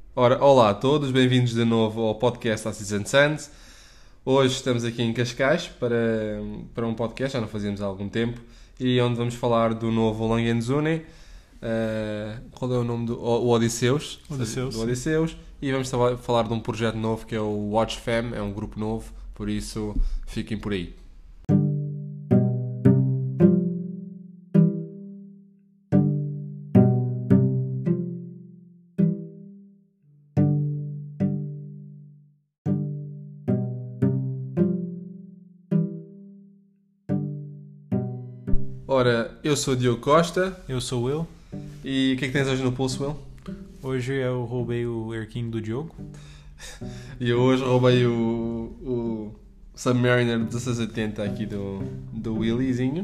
Ora, olá a todos, bem-vindos de novo ao podcast Assis and Sons. Hoje estamos aqui em Cascais para um podcast, já não fazíamos há algum tempo, e onde vamos falar do novo Langenzune. Qual é o nome o Odisseus. Odisseus. Do Odisseus. E vamos falar de um projeto novo que é o Watch Fam, é um grupo novo, por isso fiquem por aí. Ora, eu sou o Diogo Costa. Eu sou o Will. E o que é que tens hoje no pulso, Will? Hoje eu roubei o Erquim do Diogo. E eu hoje roubei o Submariner 1680 aqui do Willyzinho.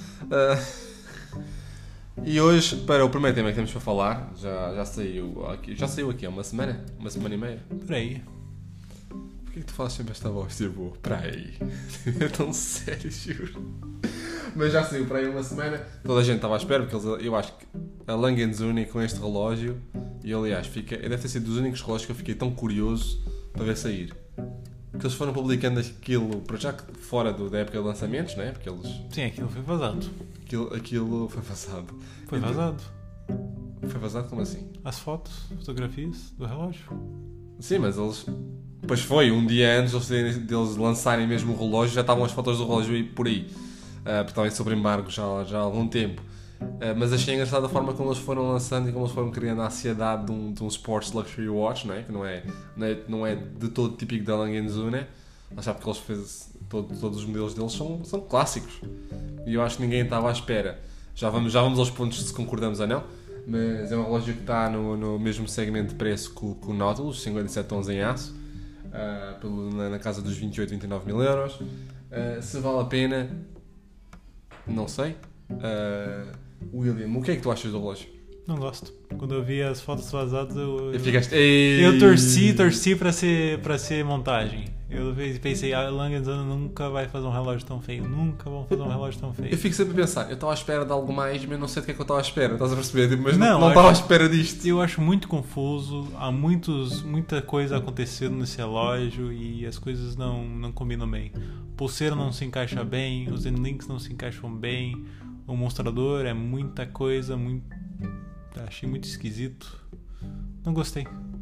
E hoje, para o primeiro tema que temos para falar, já saiu aqui há uma semana e meia. Por aí. Porquê que tu fazes sempre esta voz? Tipo, para aí. É tão sério, juro. Mas já saiu para aí uma semana. Toda a gente estava à espera, porque eu acho que a Langenzune com este relógio, e aliás, deve ter sido dos únicos relógios que eu fiquei tão curioso para ver sair. Porque eles foram publicando aquilo, para já fora da época de lançamentos, né? Porque eles... Sim, aquilo foi vazado. Aquilo foi vazado. Foi vazado. Foi vazado como assim? As fotografias do relógio. Sim, mas eles... Pois foi, um dia antes deles lançarem mesmo o relógio, já estavam as fotos do relógio aí por aí. Porque estavam sob embargo já há algum tempo. Mas achei engraçada a forma como eles foram lançando e como eles foram criando a ansiedade de um Sports Luxury Watch, não é? Que não é de todo típico da Langenzune. Mas sabe que eles fez todos os modelos deles são clássicos. E eu acho que ninguém estava à espera. Já vamos aos pontos se concordamos ou não. Mas é um relógio que está no mesmo segmento de preço que o Nautilus, 57 tons em aço, na casa dos 28, 29 mil euros. Se vale a pena, não sei. William, o que é que tu achas do relógio? Não gosto. Quando eu vi as fotos vazadas, eu torci para ser montagem. Eu pensei, a Langenzone nunca vai fazer um relógio tão feio. Nunca vão fazer um relógio tão feio. Eu fico sempre a pensar, eu estava à espera de algo mais, mas não sei do que é que eu estava à espera. Estás a perceber? Mas não estava à espera disto. Eu acho muito confuso. Há muita coisa acontecendo nesse relógio e as coisas não combinam bem. Pulseira não se encaixa bem, os Zenlinks não se encaixam bem, o mostrador é muita coisa, achei muito esquisito. Não gostei.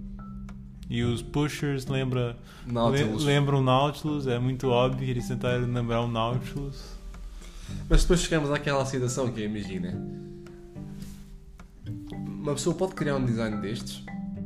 E os pushers lembram o Nautilus, é muito óbvio que eles tentaram lembrar o Nautilus. Mas depois chegamos àquela situação que imagina, uma pessoa pode criar um design destes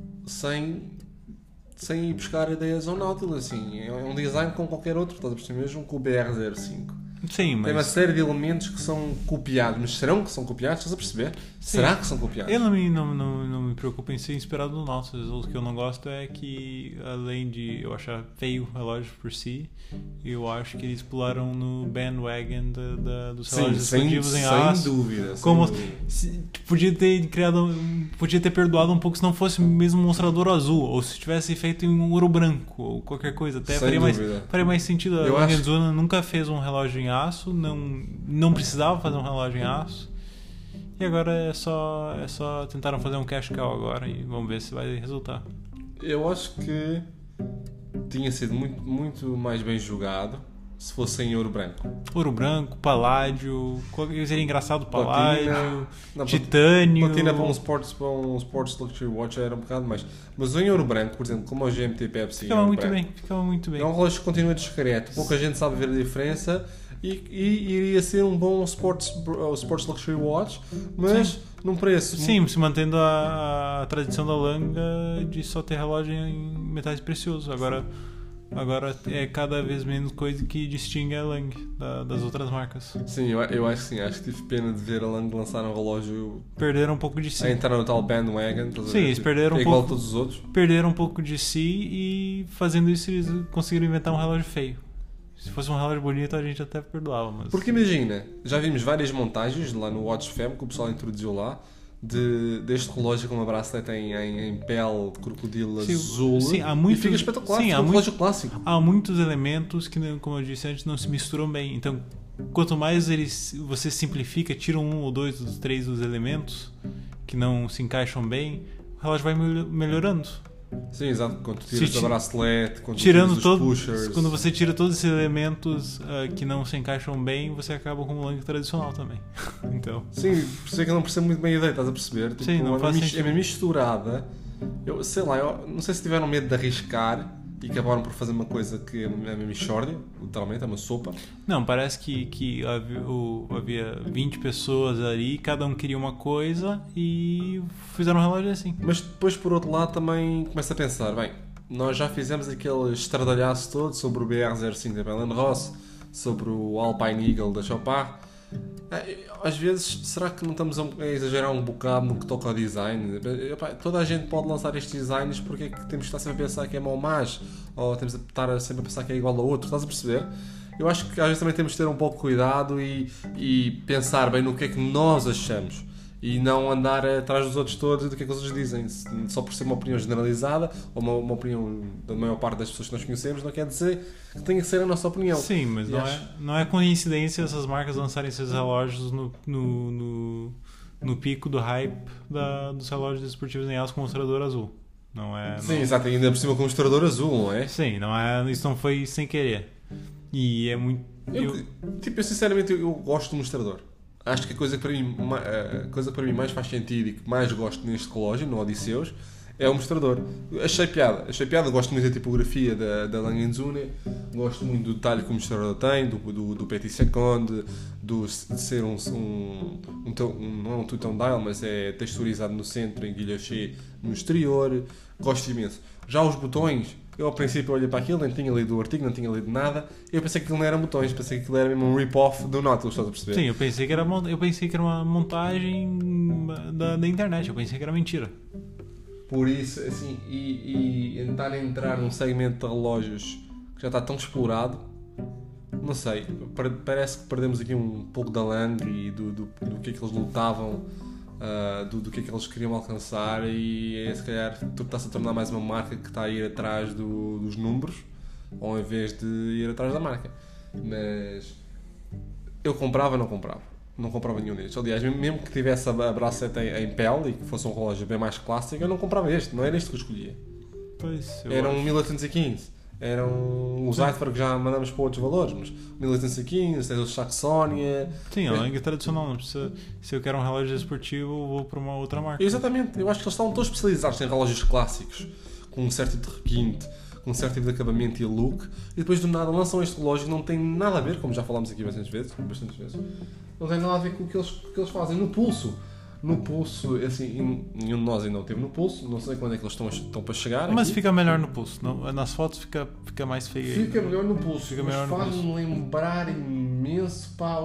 sem ir buscar ideias ao Nautilus, assim, é um design como qualquer outro, estás a perceber, mesmo com o BR-05. Sim, mas... Tem uma série de elementos que são copiados, mas serão que são copiados? Estás a perceber? Sim. Será que são copiados? Eu não me preocupo em ser inspirado no Nautilus. O que eu não gosto é que, além de eu achar feio o relógio por si, eu acho que eles pularam no bandwagon dos relógios esportivos em aço. Sem dúvida. Podia ter perdoado um pouco se não fosse mesmo um mostrador azul, ou se tivesse feito em um ouro branco, ou qualquer coisa. Até faria mais sentido. A Langenzone nunca fez um relógio em aço, não precisava fazer um relógio em aço. E agora é só tentaram fazer um cash cow agora e vamos ver se vai resultar. Eu acho que tinha sido muito, muito mais bem jogado se fosse em ouro branco. Ouro branco, paládio, seria engraçado paládio, titânio. Platina para um sports luxury watch era um bocado mais. Mas em ouro branco, por exemplo, como o GMT Pepsi, ficava muito bem. É um relógio que continua discreto, pouca gente sabe ver a diferença. E iria ser um bom sports luxury watch, mas sim, num preço. Sim, se mantendo a tradição da Langa de só ter relógio em metais preciosos. Agora é cada vez menos coisa que distingue a Lang das outras marcas. Sim, eu acho que sim. Acho que tive pena de ver a Lang lançar um relógio. Perderam um pouco de si. A entrar no tal bandwagon. Sim, eles perderam um pouco. Igual a todos os outros. Perderam um pouco de si e fazendo isso eles conseguiram inventar um relógio feio. Se fosse um relógio bonito, a gente até perdoava, mas... Porque imagina, já vimos várias montagens lá no Watch Fam que o pessoal introduziu lá deste relógio com uma bracelete em pele de crocodilo azul. Sim, e fica espetacular, fica um relógio clássico. Há muitos elementos que, como eu disse antes, não se misturam bem. Então, quanto mais você simplifica, tira um ou dois dos três dos elementos que não se encaixam bem, o relógio vai melhorando. Sim, exato. Quando tu tiras o bracelete, quando tu tirando tiras os pushers. quando você tira todos esses elementos que não se encaixam bem, você acaba com um Lang tradicional também. Então. Sim, por isso é que eu não percebo muito bem a ideia, estás a perceber? Tipo, Sim, não faz sentido. É uma misturada. Eu sei lá, eu não sei se tiveram medo de arriscar e acabaram por fazer uma coisa que é uma mixórdia, literalmente, é uma sopa. Não, parece que havia 20 pessoas ali, cada um queria uma coisa e fizeram um relógio assim. Mas depois, por outro lado, também começa a pensar, bem, nós já fizemos aquele estradalhaço todo sobre o BR-05 da Belen Ross, sobre o Alpine Eagle da Chopard. Às vezes, será que não estamos a exagerar um bocado no que toca ao design? Toda a gente pode lançar estes designs, porque é que temos que estar sempre a pensar que é mau mais? Ou temos que estar sempre a pensar que é igual a outro? Estás a perceber? Eu acho que às vezes também temos de ter um pouco de cuidado e pensar bem no que é que nós achamos. E não andar atrás dos outros todos e do que é que os outros dizem. Só por ser uma opinião generalizada ou uma opinião da maior parte das pessoas que nós conhecemos, não quer dizer que tenha que ser a nossa opinião. Sim, mas não é coincidência essas marcas lançarem seus relógios no pico do hype dos relógios desportivos em aço com mostrador azul. Não é. Sim, exato, ainda por cima com o mostrador azul, não é? Sim, isso não foi sem querer. E é muito. Eu sinceramente eu gosto do mostrador. Acho que a coisa que para mim mais faz sentido e que mais gosto neste relógio, no Odysseus, é o mostrador. Achei piada, gosto muito da tipografia da Lang & Söhne, gosto muito do detalhe que o mostrador tem, do Petit Seconde, de ser não é um two-tone dial, mas é texturizado no centro, em guilhoché no exterior, gosto imenso. Já os botões, eu ao princípio olhei para aquilo, nem tinha lido o artigo, não tinha lido nada, e eu pensei que aquilo não eram botões, pensei que aquilo era mesmo um rip-off do Nautilus, estás a perceber? Sim, eu pensei que era uma montagem da internet, eu pensei que era mentira. Por isso, assim, e tentar entrar num segmento de relógios que já está tão explorado, não sei, parece que perdemos aqui um pouco da Lang e do que é que eles lutavam, do que é que eles queriam alcançar, e se calhar está-se a tornar mais uma marca que está a ir atrás dos números, ao invés de ir atrás da marca. Mas eu não comprava nenhum destes. Aliás, mesmo que tivesse a bracelete em pele e que fosse um relógio bem mais clássico, eu não comprava este, não era este que eu escolhia. Era um 1815. Eram os iceberg, já mandamos para outros valores, mas 1815, tens o Saxonia. Sim, a Lang tradicional, não precisa. Se eu quero um relógio esportivo, vou para uma outra marca. Exatamente, eu acho que eles estão todos especializados em relógios clássicos, com um certo tipo de requinte, com um certo tipo de acabamento e look, e depois do nada lançam este relógio que não tem nada a ver, como já falámos aqui bastantes vezes, não tem nada a ver com o que eles fazem no pulso. No pulso, assim, nenhum de nós ainda não teve no pulso, não sei quando é que eles estão para chegar. Mas aqui. fica melhor no pulso, nas fotos fica mais feio. Fica melhor no pulso, mas faz-me lembrar imenso para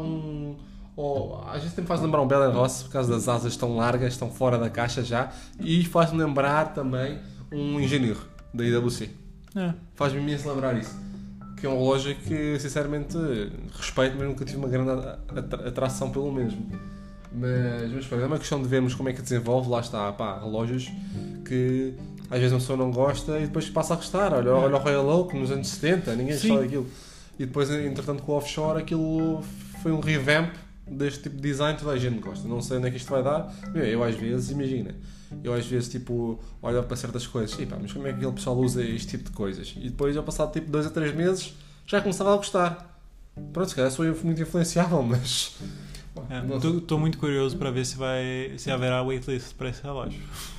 às vezes também faz lembrar um Belen Ross por causa das asas tão largas, estão fora da caixa já, e faz-me lembrar também um engenheiro da IWC. Faz-me imenso lembrar isso. Que é um relógio que, sinceramente, respeito, mas nunca tive uma grande atração pelo mesmo. Mas é uma questão de vermos como é que desenvolve. Lá está, relógios que às vezes uma pessoa não gosta e depois passa a gostar. Olha o Royal Oak nos anos 70, ninguém gostava daquilo. E depois, entretanto, com o offshore, aquilo foi um revamp deste tipo de design, toda a gente gosta. Não sei onde é que isto vai dar. Eu às vezes, imagina, tipo, olho para certas coisas, mas como é que aquele pessoal usa este tipo de coisas? E depois, ao passar tipo 2 a 3 meses, já começava a gostar. Pronto, se calhar sou eu muito influenciável, mas... Estou muito curioso para ver se haverá waitlist para esse relógio.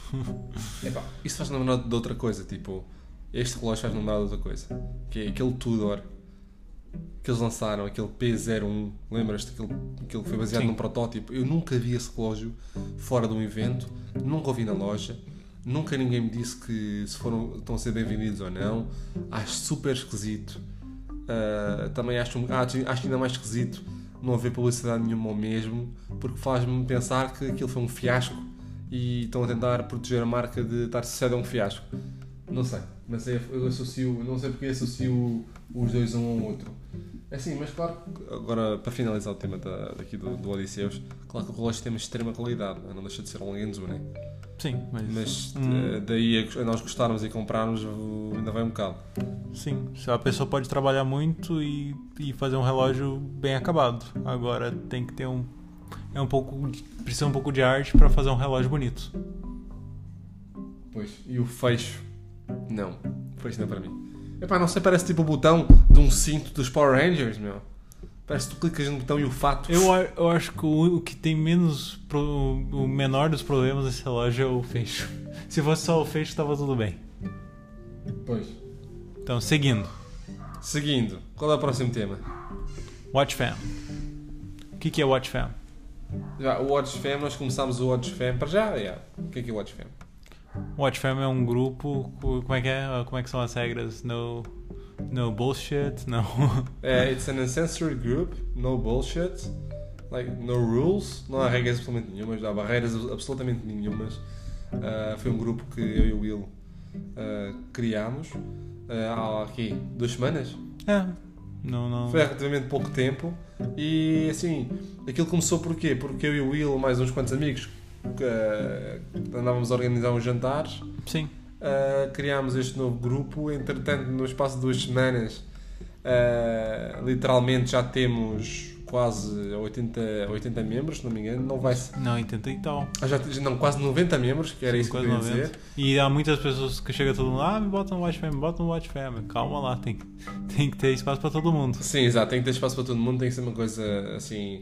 Isso faz lembrar de outra coisa, tipo, este relógio faz lembrar de outra coisa, que é aquele Tudor que eles lançaram, aquele P01, lembras-te? Aquele que foi baseado num protótipo. Eu nunca vi esse relógio fora de um evento, nunca o vi na loja, nunca ninguém me disse que estão a ser bem vendidos ou não. Acho super esquisito. Também acho ainda mais esquisito não haver publicidade nenhuma ao mesmo, porque faz-me pensar que aquilo foi um fiasco e estão a tentar proteger a marca de estar associada a um fiasco. Não sei, mas não sei porque associo os dois um ao outro. Assim, mas claro, agora para finalizar o tema daqui do Odysseus, claro que o relógio tem uma extrema qualidade, não deixa de ser um Lang & Söhne. Sim, mas daí a nós gostarmos e comprarmos ainda vai um bocado. Sim, a pessoa pode trabalhar muito e fazer um relógio bem acabado. Agora tem que ter precisa um pouco de arte para fazer um relógio bonito. Pois, e o fecho Não, foi isto não para mim. Epá, não sei, parece tipo o botão de um cinto dos Power Rangers, meu. Parece que tu clicas no botão e o fato... Eu acho que o que tem o menor dos problemas nesse relógio é o fecho. Se fosse só o fecho, tava tudo bem. Pois. Então, seguindo. Qual é o próximo tema? Watch Fam. O que é Watch Fam? Já, o Watch Fam, nós começámos o Watch Fam para já, yeah. O que é o Watch Fam? Watch Fam é um grupo, como é que são as regras? No bullshit, no... It's an ancestry group, no bullshit, like, no rules, não há regras absolutamente nenhumas, não há barreiras absolutamente nenhumas. Foi um grupo que eu e o Will criámos há aqui 2 semanas. Não. Foi há relativamente pouco tempo e assim, aquilo começou porquê? Porque eu e o Will, mais uns quantos amigos, andávamos a organizar uns jantares. Sim. Criámos este novo grupo. Entretanto, no espaço de 2 semanas, literalmente já temos quase 80 membros, se não me engano. Não, 80 e tal. Não, quase 90 membros, que era isso que eu queria dizer. E há muitas pessoas que chega todo mundo, me bota no Watch Fam. Calma lá, tem que ter espaço para todo mundo. Sim, exato, tem que ter espaço para todo mundo, tem que ser uma coisa assim,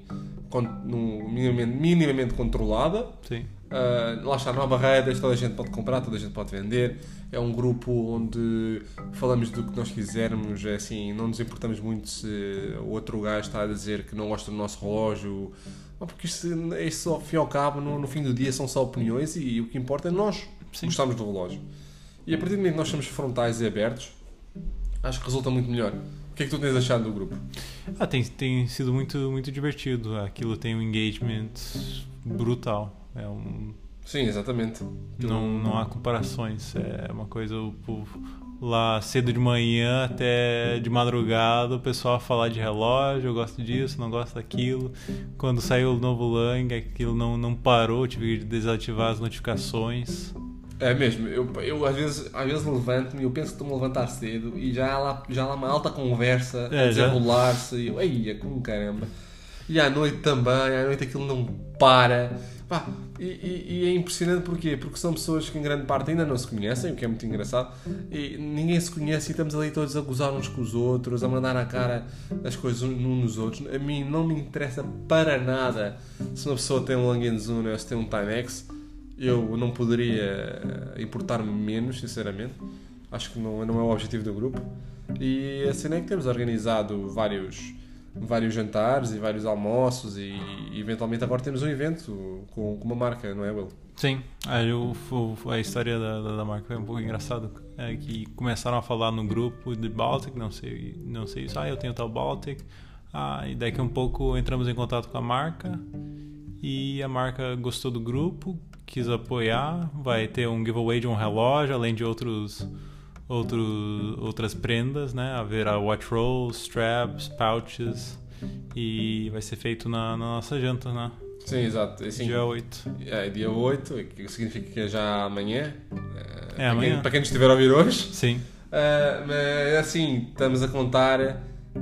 minimamente controlada. Sim. Lá está, não há barreiras, toda a gente pode comprar, toda a gente pode vender. É um grupo onde falamos do que nós quisermos, é assim, não nos importamos muito se o outro gajo está a dizer que não gosta do nosso relógio, porque isso ao fim e ao cabo, no fim do dia, são só opiniões e o que importa é nós gostarmos do relógio. E a partir do momento que nós somos frontais e abertos, acho que resulta muito melhor. O que é que tu tens achado do grupo? Tem sido muito, muito divertido. Aquilo tem um engagement brutal. Sim, exatamente. Não há comparações. É uma coisa, o povo lá cedo de manhã até de madrugada, o pessoal a falar de relógio, eu gosto disso, não gosto daquilo. Quando saiu o novo Lang, aquilo não parou, tive que desativar as notificações. É mesmo, eu às vezes levanto-me e eu penso que estou-me a levantar cedo e já há lá uma alta conversa a desenrolar-se e eu, eia, como caramba. E à noite também, aquilo não para. E é impressionante porquê? Porque são pessoas que em grande parte ainda não se conhecem, o que é muito engraçado, e ninguém se conhece e estamos ali todos a gozar uns com os outros, a mandar na cara as coisas uns nos outros. A mim não me interessa para nada se uma pessoa tem um Lang & Söhne ou se tem um Timex. Eu não poderia importar-me menos, sinceramente. Acho que não é o objetivo do grupo. E a cena é que temos organizado vários jantares e vários almoços e eventualmente agora temos um evento com uma marca, não é, Will? Sim, a história da marca foi um pouco engraçada, que começaram a falar no grupo de Baltic, não sei isso, eu tenho tal Baltic, e daqui a um pouco entramos em contato com a marca e a marca gostou do grupo, quis apoiar, vai ter um giveaway de um relógio, além de outras prendas, né? Haverá watch rolls, straps, pouches e vai ser feito na nossa janta, né? Sim, exato. Assim, dia 8. Dia 8, que significa que é já amanhã. Amanhã. Para quem nos estiver a ouvir hoje. Sim. Mas assim, estamos a contar.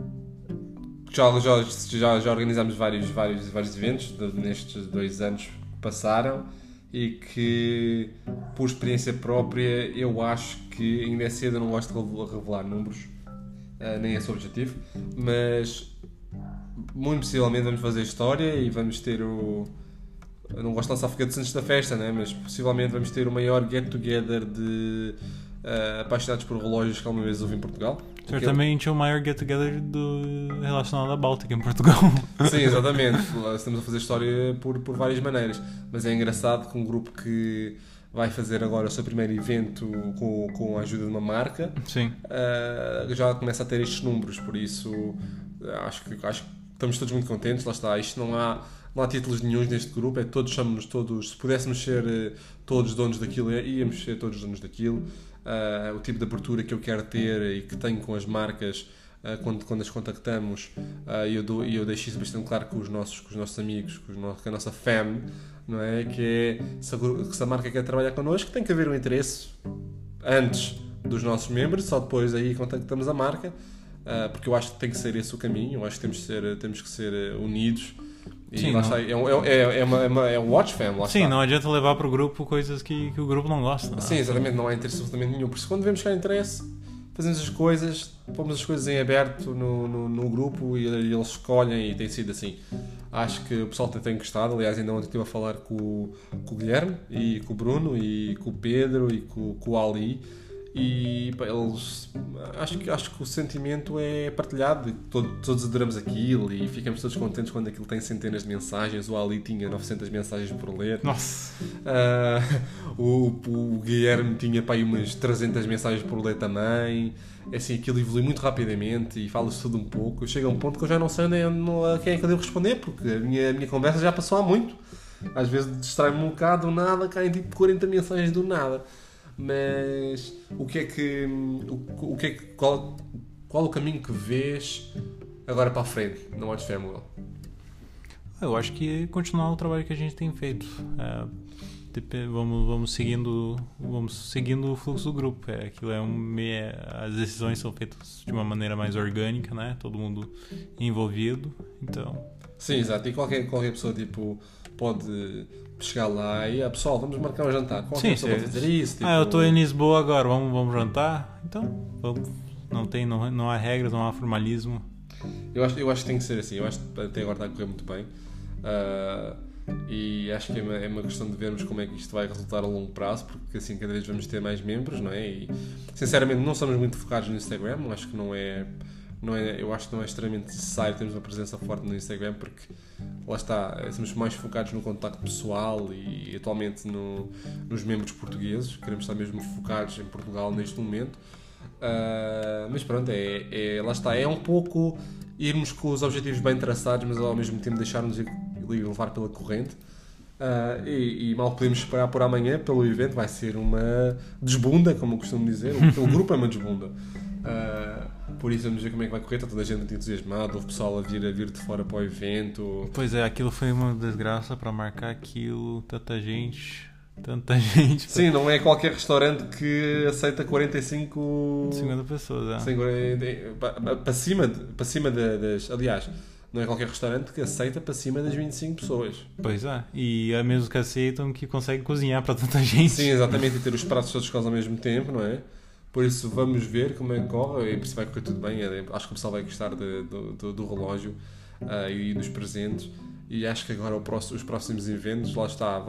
Já organizámos vários eventos nestes 2 anos que passaram. E que, por experiência própria, eu acho que ainda é cedo, eu não gosto de revelar números, nem é esse o objetivo, mas muito possivelmente vamos fazer história e vamos ter eu não gosto de lançar foguetes antes da festa, né? Mas possivelmente vamos ter o maior get-together de apaixonados por relógios que alguma vez houve em Portugal. Certamente o maior get-together relacionado à Baltic em Portugal. Sim, exatamente. Estamos a fazer história por várias maneiras. Mas é engraçado que um grupo que vai fazer agora o seu primeiro evento com a ajuda de uma marca, sim, já começa a ter estes números. Por isso, acho que estamos todos muito contentes. Lá está, isto não há títulos nenhuns neste grupo. Somos todos, se pudéssemos ser todos donos daquilo, íamos ser todos donos daquilo. O tipo de abertura que eu quero ter e que tenho com as marcas quando as contactamos, eu deixo isso bastante claro com os nossos amigos, com a nossa fam, não é? Que é, se a marca quer trabalhar connosco, tem que haver um interesse antes dos nossos membros, só depois aí contactamos a marca, porque eu acho que tem que ser esse o caminho. Eu acho que temos que ser unidos E Sim, lá não. está, é um Watch Fam, lá Sim, está. não adianta levar pro grupo coisas que o grupo não gosta. Não? Sim, exatamente, não há interesse absolutamente nenhum. Por isso, quando vemos que há interesse, fazemos as coisas, pomos as coisas em aberto no grupo e eles escolhem, e tem sido assim. Acho que o pessoal tem gostado. Aliás, ainda ontem estive a falar com o Guilherme e com o Bruno e com o Pedro e com o Ali. E pá, eles acho que o sentimento é partilhado, de que todos adoramos aquilo e ficamos todos contentes quando aquilo tem centenas de mensagens. O Ali tinha 900 mensagens por ler. Nossa. O Guilherme tinha pá, aí umas 300 mensagens por ler também. É assim, aquilo evolui muito rapidamente e fala-se tudo um pouco. Chega a um ponto que eu já não sei a quem é que eu devo responder, porque a minha conversa já passou há muito. Às vezes distrai-me um bocado do nada, caem tipo 40 mensagens do nada. Mas qual o caminho que vês agora para a frente na Watch Family? Eu acho que continuar o trabalho que a gente tem feito. Vamos seguindo o fluxo do grupo. As decisões são feitas de uma maneira mais orgânica, né? Todo mundo envolvido. Então. Sim, exato. E qualquer pessoa tipo pode chegar lá e pessoal, vamos marcar um jantar. Qualquer pessoa pode fazer isso. Tipo... eu estou em Lisboa agora, vamos jantar? Então, vamos. Não há regras, não há formalismo. Eu acho que tem que ser assim. Eu acho que até agora está a correr muito bem. E acho que é uma questão de vermos como é que isto vai resultar a longo prazo, porque assim cada vez vamos ter mais membros, não é? E sinceramente não somos muito focados no Instagram. Acho que eu acho que não é extremamente necessário termos uma presença forte no Instagram, porque lá está, estamos mais focados no contacto pessoal e atualmente nos membros portugueses. Queremos estar mesmo focados em Portugal neste momento. Mas pronto, lá está, é um pouco irmos com os objetivos bem traçados, mas ao mesmo tempo deixar-nos levar pela corrente. E mal podemos esperar por amanhã pelo evento. Vai ser uma desbunda, como eu costumo dizer. O grupo é uma desbunda. Por isso vamos ver como é que vai correr. Está toda a gente muito entusiasmada, houve pessoal a vir de fora para o evento. Pois é, aquilo foi uma desgraça para marcar aquilo, tanta gente. Sim, não é qualquer restaurante que aceita 50 pessoas, para cima das... Aliás, não é qualquer restaurante que aceita para cima das 25 pessoas. Pois é, e é mesmo que aceitam que conseguem cozinhar para tanta gente. Sim, exatamente, e ter os pratos todos quase ao mesmo tempo, não é? Por isso vamos ver como é que corre, e por isso vai correr tudo bem. Acho que o pessoal vai gostar do relógio e dos presentes. E acho que agora os próximos eventos, lá está,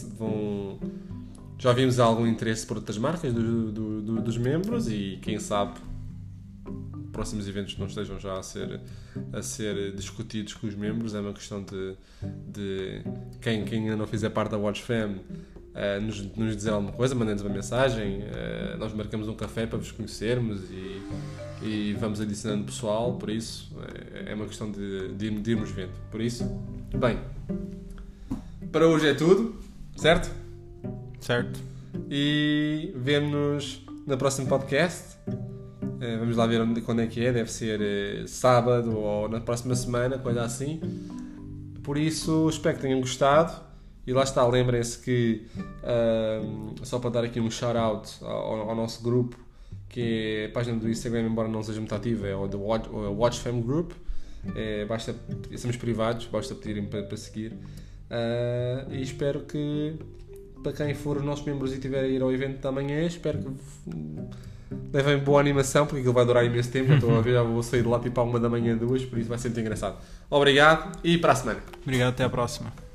já vimos algum interesse por outras marcas dos membros, e quem sabe próximos eventos não estejam já a ser discutidos com os membros. É uma questão de quem ainda não fizer parte da Watch Fam nos dizer alguma coisa, mandem-nos uma mensagem, nós marcamos um café para vos conhecermos e vamos adicionando pessoal. Por isso é uma questão de irmos vendo. Por isso, bem, para hoje é tudo, certo? Certo. E vemo-nos no próximo podcast. Vamos lá ver quando é que é. Deve ser sábado ou na próxima semana, coisa assim. Por isso, espero que tenham gostado. E lá está, lembrem-se que só para dar aqui um shout-out ao nosso grupo, que é a página do Instagram, embora não seja muito ativa, é o Watch Fam Group. Somos privados, basta pedirem para seguir. E espero que, para quem for os nossos membros e tiver a ir ao evento de amanhã, espero que levem boa animação, porque aquilo vai durar imenso tempo. Estou a ver, já vou sair de lá tipo à 1 da manhã, 2, por isso vai ser muito engraçado. Obrigado e para a semana. Obrigado, até a próxima.